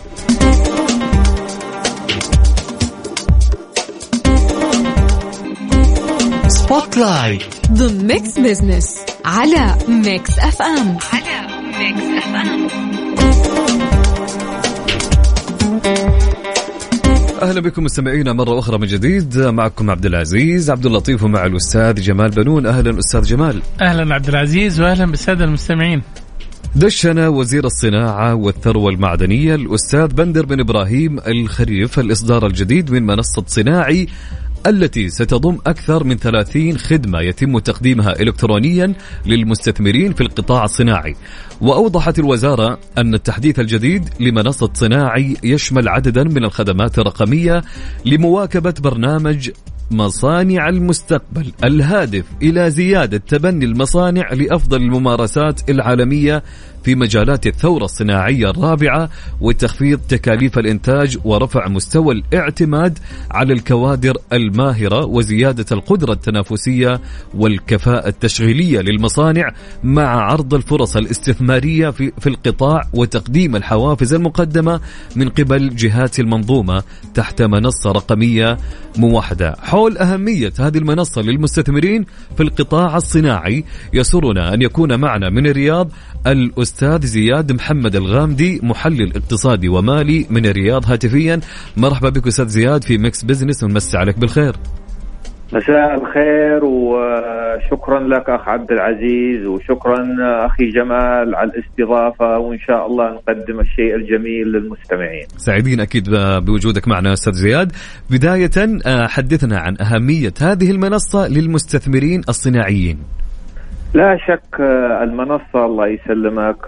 سبوت لايت ضمن ميكس بزنس على ميكس اف ام. على ميكس اف ام. أهلا بكم مستمعينا مرة أخرى من جديد، معكم عبد العزيز عبد اللطيف ومع الأستاذ جمال بنون. أهلا أستاذ جمال. أهلا عبد العزيز، وأهلا بالسادة المستمعين. دشنا وزير الصناعة والثروة المعدنية الأستاذ بندر بن إبراهيم الخريف الإصدار الجديد من منصة صناعي، التي ستضم أكثر من ثلاثين خدمة يتم تقديمها إلكترونيا للمستثمرين في القطاع الصناعي. وأوضحت الوزارة أن التحديث الجديد لمنصة صناعي يشمل عددا من الخدمات الرقمية لمواكبة برنامج مصانع المستقبل الهادف إلى زيادة تبني المصانع لأفضل الممارسات العالمية في مجالات الثورة الصناعية الرابعة، وتخفيض تكاليف الإنتاج ورفع مستوى الاعتماد على الكوادر الماهرة، وزيادة القدرة التنافسية والكفاءة التشغيلية للمصانع، مع عرض الفرص الاستثمارية في, في القطاع، وتقديم الحوافز المقدمة من قبل جهات المنظومة تحت منصة رقمية موحدة. حول أهمية هذه المنصة للمستثمرين في القطاع الصناعي، يسرنا أن يكون معنا من الرياض الأستاذ زياد محمد الغامدي، محلل اقتصادي ومالي من الرياض هاتفيا. مرحبا بك أستاذ زياد في ميكس بزنس، ونمسي عليك بالخير. مساء الخير، وشكرا لك أخ عبد العزيز، وشكرا أخي جمال على الاستضافة، وإن شاء الله نقدم الشيء الجميل للمستمعين. سعيدين أكيد بوجودك معنا أستاذ زياد. بداية حدثنا عن أهمية هذه المنصة للمستثمرين الصناعيين. لا شك المنصة الله يسلمك،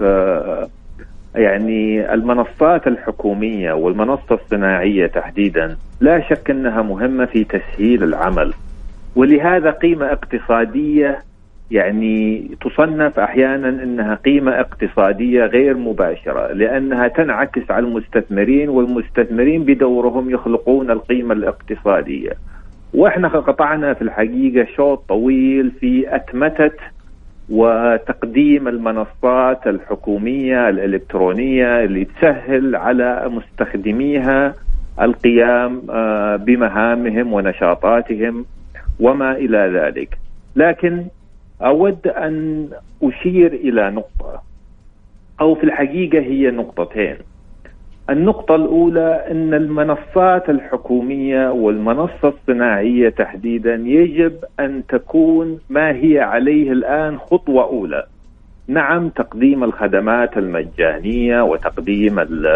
يعني المنصات الحكومية والمنصة الصناعية تحديدا لا شك أنها مهمة في تسهيل العمل، ولهذا قيمة اقتصادية، يعني تصنف أحيانا أنها قيمة اقتصادية غير مباشرة، لأنها تنعكس على المستثمرين، والمستثمرين بدورهم يخلقون القيمة الاقتصادية. وإحنا قطعنا في الحقيقة شوط طويل في أتمتة وتقديم المنصات الحكومية الإلكترونية اللي تسهل على مستخدميها القيام بمهامهم ونشاطاتهم وما إلى ذلك. لكن أود أن أشير إلى نقطة، أو في الحقيقة هي نقطتين. النقطة الأولى أن المنصات الحكومية والمنصة الصناعية تحديدا يجب أن تكون ما هي عليه الآن خطوة أولى. نعم، تقديم الخدمات المجانية وتقديم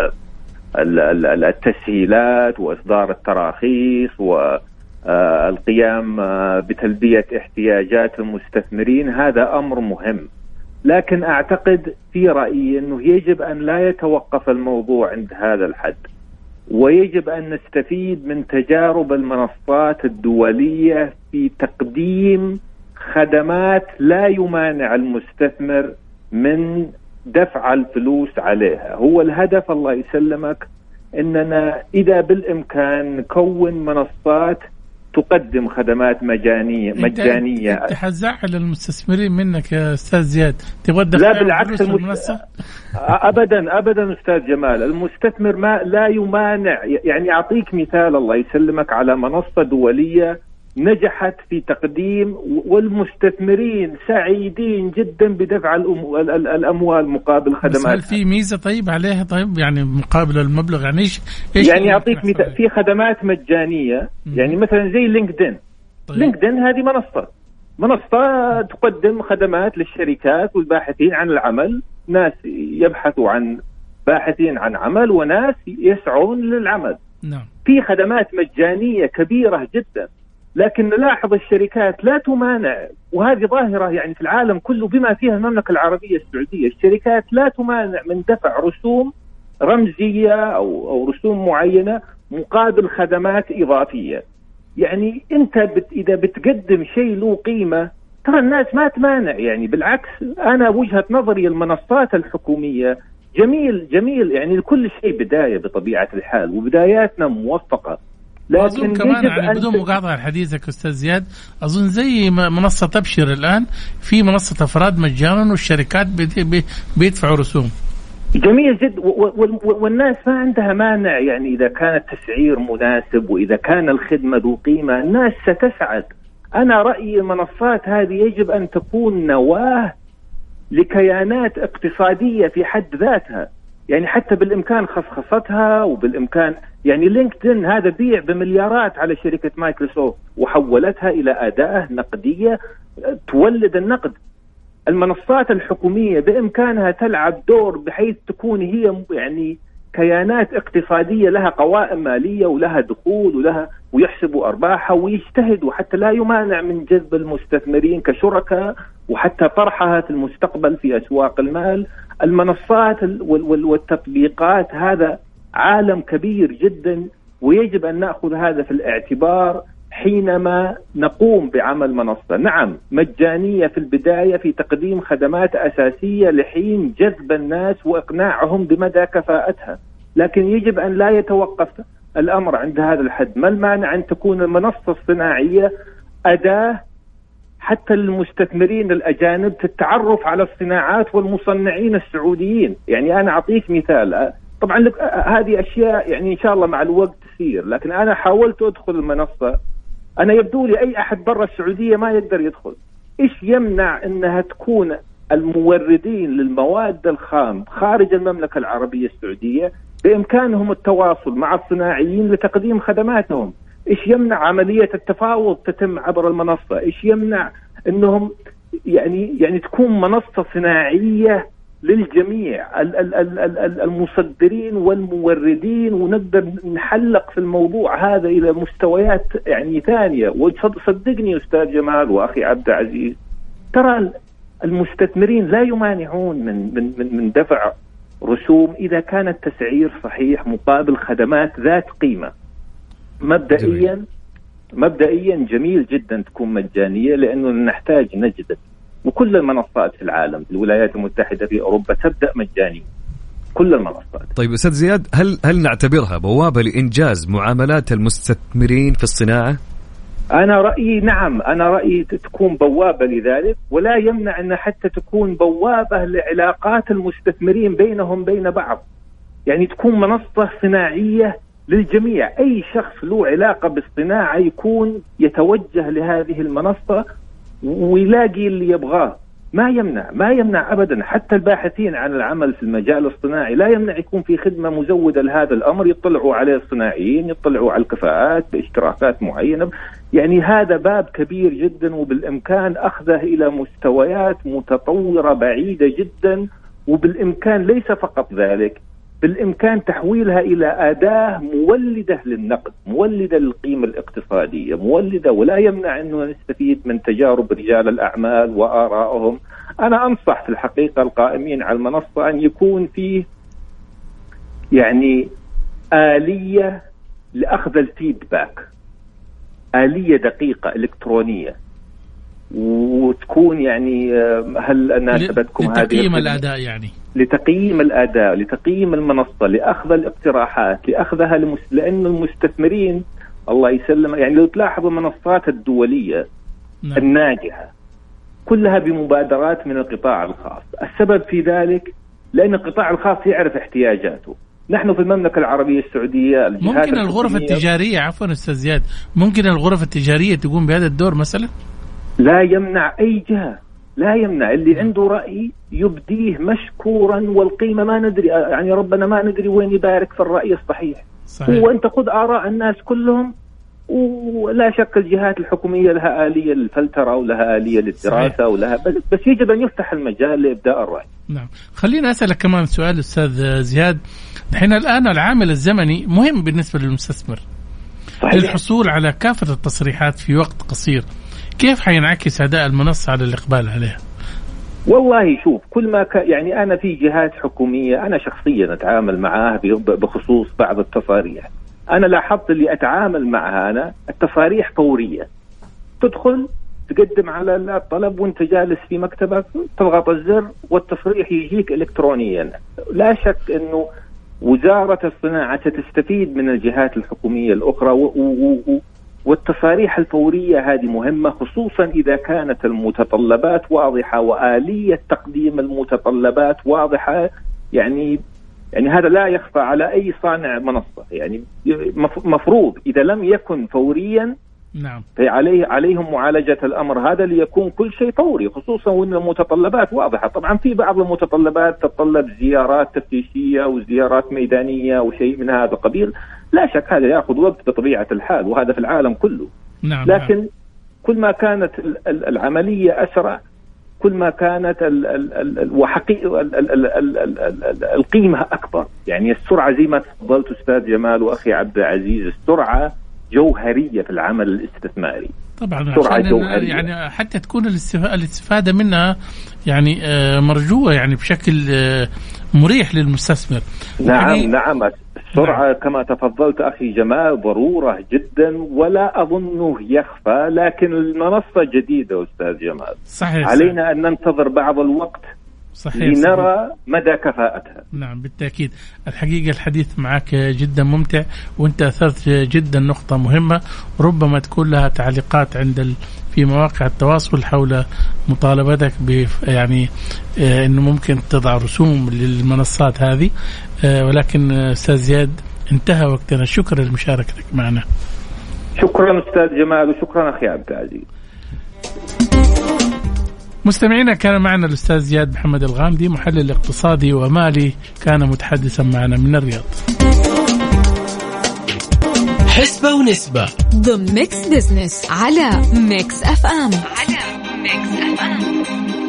التسهيلات وإصدار التراخيص والقيام بتلبية احتياجات المستثمرين، هذا أمر مهم. لكن أعتقد في رأيي أنه يجب أن لا يتوقف الموضوع عند هذا الحد، ويجب أن نستفيد من تجارب المنصات الدولية في تقديم خدمات لا يمانع المستثمر من دفع الفلوس عليها. هو الهدف الله يسلمك أننا إذا بالإمكان نكون منصات تقدم خدمات مجانية مجانية. انت حتزعل المستثمرين منك يا أستاذ زياد، تبغى لا بالعكس المنصة أبدا أبدا أستاذ جمال، المستثمر ما لا يمانع. يعني أعطيك مثال الله يسلمك على منصة دولية نجحت في تقديم والمستثمرين سعيدين جدا بدفع الأموال مقابل خدمات. هل في ميزة طيب عليها طيب يعني مقابل المبلغ؟ يعني إيش إيش يعني أعطيك مثال في خدمات مجانية يعني مثلا زي لينكدين. طيب. لينكدين هذه منصة منصة تقدم خدمات للشركات والباحثين عن العمل، ناس يبحثوا عن باحثين عن عمل وناس يسعون للعمل. نعم. في خدمات مجانية كبيرة جدا، لكن نلاحظ الشركات لا تمانع، وهذه ظاهرة يعني في العالم كله بما فيها المملكة العربية السعودية، الشركات لا تمانع من دفع رسوم رمزية أو أو رسوم معينة مقابل خدمات إضافية. يعني أنت بت إذا بتقدم شيء له قيمة ترى الناس ما تمانع، يعني بالعكس. أنا وجهة نظري المنصات الحكومية جميل جميل يعني لكل شيء بداية بطبيعة الحال، وبداياتنا موفقة. لكن كمان يعني بدون مقاطعة حديثك أستاذ زياد، أظن زي منصة تبشر الآن في منصة أفراد مجانا والشركات بيدفعوا رسوم. جميل جدا، والناس ما عندها مانع يعني إذا كان التسعير مناسب وإذا كان الخدمة ذو قيمة الناس ستسعد. أنا رأيي المنصات هذه يجب أن تكون نواة لكيانات اقتصادية في حد ذاتها، يعني حتى بالإمكان خصخصتها، وبالإمكان يعني لينكدين هذا بيع بمليارات على شركة مايكروسوفت وحولتها إلى أداة نقدية تولد النقد. المنصات الحكومية بإمكانها تلعب دور بحيث تكون هي يعني كيانات اقتصادية لها قوائم مالية ولها دخول ولها ويحسبوا أرباحها ويجتهدوا حتى لا يمانع من جذب المستثمرين كشركاء وحتى طرحها في المستقبل في أسواق المال. المنصات والتطبيقات هذا عالم كبير جدا، ويجب أن نأخذ هذا في الاعتبار حينما نقوم بعمل منصة. نعم مجانية في البداية في تقديم خدمات أساسية لحين جذب الناس وإقناعهم بمدى كفاءتها، لكن يجب أن لا يتوقف الأمر عند هذا الحد. ما المانع أن تكون المنصة الصناعية أداة حتى المستثمرين الأجانب التعرف على الصناعات والمصنعين السعوديين؟ يعني أنا أعطيك مثال، طبعا هذه أشياء يعني إن شاء الله مع الوقت تسير، لكن أنا حاولت أدخل المنصة، أنا يبدو لي أي أحد برا السعودية ما يقدر يدخل. إيش يمنع أنها تكون الموردين للمواد الخام خارج المملكة العربية السعودية بإمكانهم التواصل مع الصناعيين لتقديم خدماتهم؟ إيش يمنع عملية التفاوض تتم عبر المنصة؟ إيش يمنع أنهم يعني يعني تكون منصة صناعية للجميع المصدرين والموردين، ونقدر نحلق في الموضوع هذا إلى مستويات يعني ثانية. وصدقني أستاذ جمال وأخي عبد العزيز، ترى المستثمرين لا يمانعون من من من دفع رسوم إذا كان التسعير صحيح مقابل خدمات ذات قيمة. مبدئيا مبدئيا جميل جدا تكون مجانية، لأنه نحتاج نجد، وكل المنصات في العالم في الولايات المتحدة في أوروبا تبدأ مجاني، كل المنصات. طيب أستاذ زياد، هل هل نعتبرها بوابة لإنجاز معاملات المستثمرين في الصناعة؟ أنا رأيي نعم، أنا رأيي تكون بوابة لذلك، ولا يمنع أن حتى تكون بوابة لعلاقات المستثمرين بينهم بين بعض، يعني تكون منصة صناعية للجميع. أي شخص له علاقة بالصناعة يكون يتوجه لهذه المنصة ويلاقي اللي يبغاه. ما يمنع ما يمنع أبدا، حتى الباحثين عن العمل في المجال الصناعي لا يمنع يكون في خدمة مزودة لهذا الأمر، يطلعوا عليه الصناعيين، يطلعوا على الكفاءات باشتراكات معينة. يعني هذا باب كبير جدا، وبالإمكان أخذه إلى مستويات متطورة بعيدة جدا، وبالإمكان ليس فقط ذلك، بالإمكان تحويلها إلى أداة مولدة للنقد، مولدة للقيمة الاقتصادية، مولدة. ولا يمنع أنه نستفيد من تجارب رجال الأعمال وآرائهم. أنا أنصح في الحقيقة القائمين على المنصة أن يكون فيه يعني آلية لأخذ الفيدباك، آلية دقيقة إلكترونية وتكون يعني هل ناسبتكم هذه لتقييم الأداء، يعني لتقييم الأداء، لتقييم المنصة، لأخذ الاقتراحات، لأخذها لمس... لأن المستثمرين الله يسلم يعني لو تلاحظوا المنصات الدولية نعم. الناجحة كلها بمبادرات من القطاع الخاص. السبب في ذلك لأن القطاع الخاص يعرف احتياجاته. نحن في المملكة العربية السعودية ممكن الغرف التجارية عفوا أستاذ زياد ممكن الغرف التجارية تقوم بهذا الدور مثلا؟ لا يمنع أي جهة، لا يمنع. اللي عنده رأي يبديه مشكورا، والقيمة ما ندري يعني ربنا ما ندري وين يبارك في الرأي الصحيح. صحيح. وأنت خذ آراء الناس كلهم، ولا شك الجهات الحكومية لها آلية للفلترة ولها آلية للدراسة ولها، بس يجب أن يفتح المجال لإبداء الرأي. نعم. خلينا أسألك كمان سؤال أستاذ زياد. نحن الآن العامل الزمني مهم بالنسبة للمستثمر صحيح. للحصول على كافة التصريحات في وقت قصير، كيف حينعكس أداء المنصة على الإقبال عليها؟ والله شوف، كل ما ك... يعني أنا في جهات حكومية أنا شخصيا أتعامل معها بخصوص بعض التصاريح، أنا لاحظت اللي أتعامل معها أنا التصاريح فورية، تدخل تقدم على الطلب وانت جالس في مكتبك تضغط الزر والتصريح يجيك إلكترونيا. لا شك أنه وزارة الصناعة تستفيد من الجهات الحكومية الأخرى و... و... و... والتصاريح الفورية هذه مهمة، خصوصا إذا كانت المتطلبات واضحة وآلية تقديم المتطلبات واضحة. يعني يعني هذا لا يخفى على أي صانع منصة، يعني مفروض إذا لم يكن فوريا نعم عليه عليهم معالجة الأمر هذا ليكون كل شيء فوري، خصوصا وأن المتطلبات واضحة. طبعا في بعض المتطلبات تتطلب زيارات تفتيشية وزيارات ميدانية وشيء من هذا القبيل، لا شك هذا يأخذ وقت بطبيعة الحال، وهذا في العالم كله. نعم. لكن نعم. كل ما كانت العملية أسرع كل ما كانت وحقيقة القيمة أكبر. يعني السرعة زي ما تفضلت أستاذ جمال وأخي عبد العزيز، السرعة جوهرية في العمل الاستثماري طبعا، يعني حتى تكون الاستفادة منها يعني مرجوة يعني بشكل مريح للمستثمر. نعم يعني نعم السرعة كما تفضلت أخي جمال ضرورة جدا ولا أظنه يخفى، لكن المنصة جديدة أستاذ جمال صحيح علينا صحيح. أن ننتظر بعض الوقت صحيح لنرى صحيح. مدى كفاءتها. نعم بالتأكيد. الحقيقة الحديث معك جدا ممتع، وانت أثرت جدا نقطة مهمة ربما تكون لها تعليقات عند ال... في مواقع التواصل حول مطالبتك ب يعني آه انه ممكن تضع رسوم للمنصات هذه، آه ولكن أستاذ زياد انتهى وقتنا. شكرا لمشاركتك معنا. شكرا أستاذ جمال وشكرا أخي عبد العزيز. مستمعينا كان معنا الأستاذ زياد محمد الغامدي محلل اقتصادي ومالي، كان متحدثا معنا من الرياض. حسبة ونسبة ضمن ميكس بزنس على ميكس اف ام على ميكس اف ام.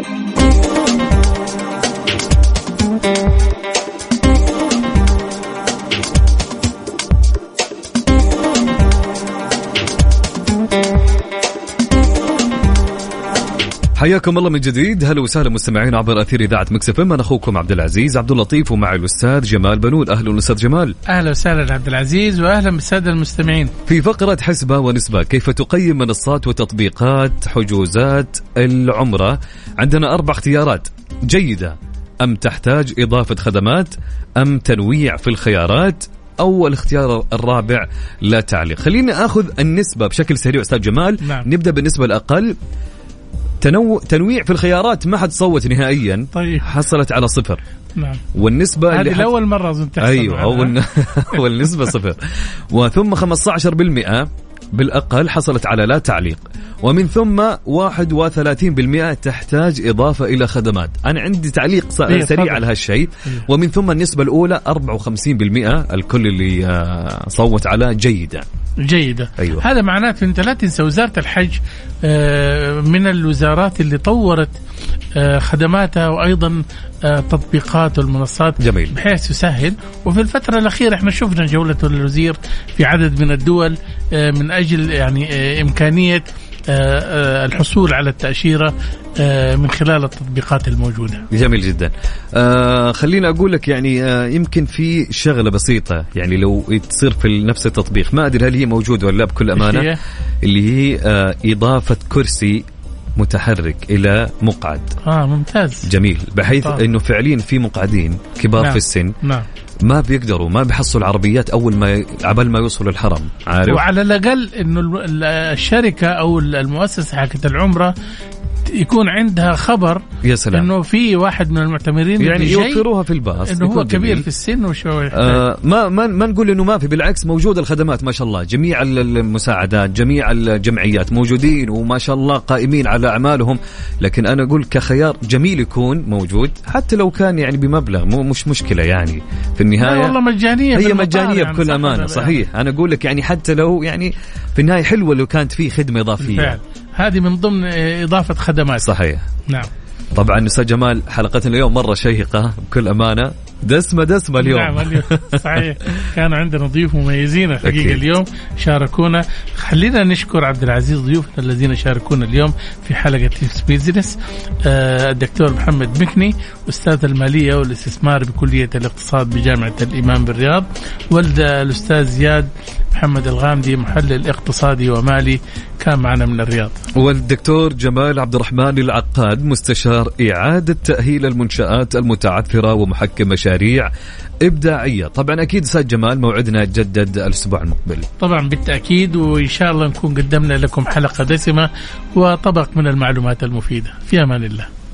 حياكم الله من جديد. هلا وسهلا مستمعين عبر اثير اذاعه مكس اف ام. انا اخوكم عبد العزيز عبد اللطيف ومع الاستاذ جمال بنون. اهلا استاذ جمال. اهلا وسهلا عبد العزيز واهلا بالساده المستمعين. في فقره حسبه ونسبه، كيف تقيم منصات وتطبيقات حجوزات العمره؟ عندنا اربع اختيارات: جيده، ام تحتاج اضافه خدمات، ام تنويع في الخيارات، أو الاختيار الرابع لا تعليق. خلينا اخذ النسبه بشكل سريع استاذ جمال. نعم. نبدا بالنسبه الاقل. تنوع تنويع في الخيارات ما حد صوت نهائيا. طيب. حصلت على صفر. نعم. والنسبة هذه اللي حت... الأول مرة أظن تحصل. أيوة أول والنسبة صفر. وثم خمسة عشر بالمئة بالأقل حصلت على لا تعليق، ومن ثم واحد وثلاثين بالمئة تحتاج إضافة إلى خدمات. أنا عندي تعليق سريع على هالشيء. ومن ثم النسبة الأولى أربعة وخمسين بالمئة الكل اللي صوت على جيدة. جيدة. أيوة. هذا معناته أنت لا تنسى وزارة الحج من الوزارات اللي طورت خدماتها وأيضا تطبيقات والمنصات. جميل. بحيث يسهل. وفي الفترة الأخيرة احنا شفنا جولة الوزير في عدد من الدول من أجل يعني إمكانية الحصول على التأشيرة من خلال التطبيقات الموجودة. جميل جدا. آه خلينا أقول لك يعني آه يمكن في شغلة بسيطة، يعني لو تصير في نفس التطبيق، ما أدري هل هي موجودة ولا لا بكل أمانة، اللي هي آه إضافة كرسي متحرك إلى مقعد. آه ممتاز جميل، بحيث طبعا. أنه فعليا في مقعدين كبار نعم. في السن نعم. ما بيقدروا ما بيحصلوا العربيات أول ما عبال ما يوصلوا الحرم، عارف. وعلى الأقل إنه الشركة أو المؤسسة حقت العمرة يكون عندها خبر يا سلام. انه في واحد من المعتمرين يعني يوفروها في الباص، انه هو كبير جميل. في السن وشوي آه ما ما ما نقول انه ما في، بالعكس موجوده الخدمات ما شاء الله، جميع المساعدات جميع الجمعيات موجودين وما شاء الله قائمين على اعمالهم، لكن انا اقول كخيار جميل يكون موجود حتى لو كان يعني بمبلغ مو مش مشكله يعني في النهايه والله مجانيه، هي مجانيه يعني بكل امانه صحيح يعني. انا اقول لك يعني حتى لو يعني في النهايه حلوه لو كانت في خدمه اضافيه بالفعل. هذه من ضمن إضافة خدمات. صحيح. نعم. طبعا أستاذ جمال حلقتنا اليوم مرة شيقة بكل أمانة، دسمة دسمة اليوم. نعم اليوم صحيح كانوا عندنا ضيوف مميزين حقيقة اليوم شاركونا. خلينا نشكر عبد العزيز ضيوفنا الذين شاركونا اليوم في حلقة ميكس بيزنس. آه الدكتور محمد مكني أستاذ المالية والاستثمار بكلية الاقتصاد بجامعة الإمام بالرياض، والأستاذ زياد محمد الغامدي محلل اقتصادي ومالي كان معنا من الرياض، والدكتور جمال عبد الرحمن العقاد مستشار إعادة تأهيل المنشآت المتعثرة ومحكم مشاريع إبداعية. طبعا أكيد أستاذ جمال موعدنا يتجدد الأسبوع المقبل طبعا بالتأكيد، وإن شاء الله نكون قدمنا لكم حلقة دسمة وطبق من المعلومات المفيدة. في أمان الله.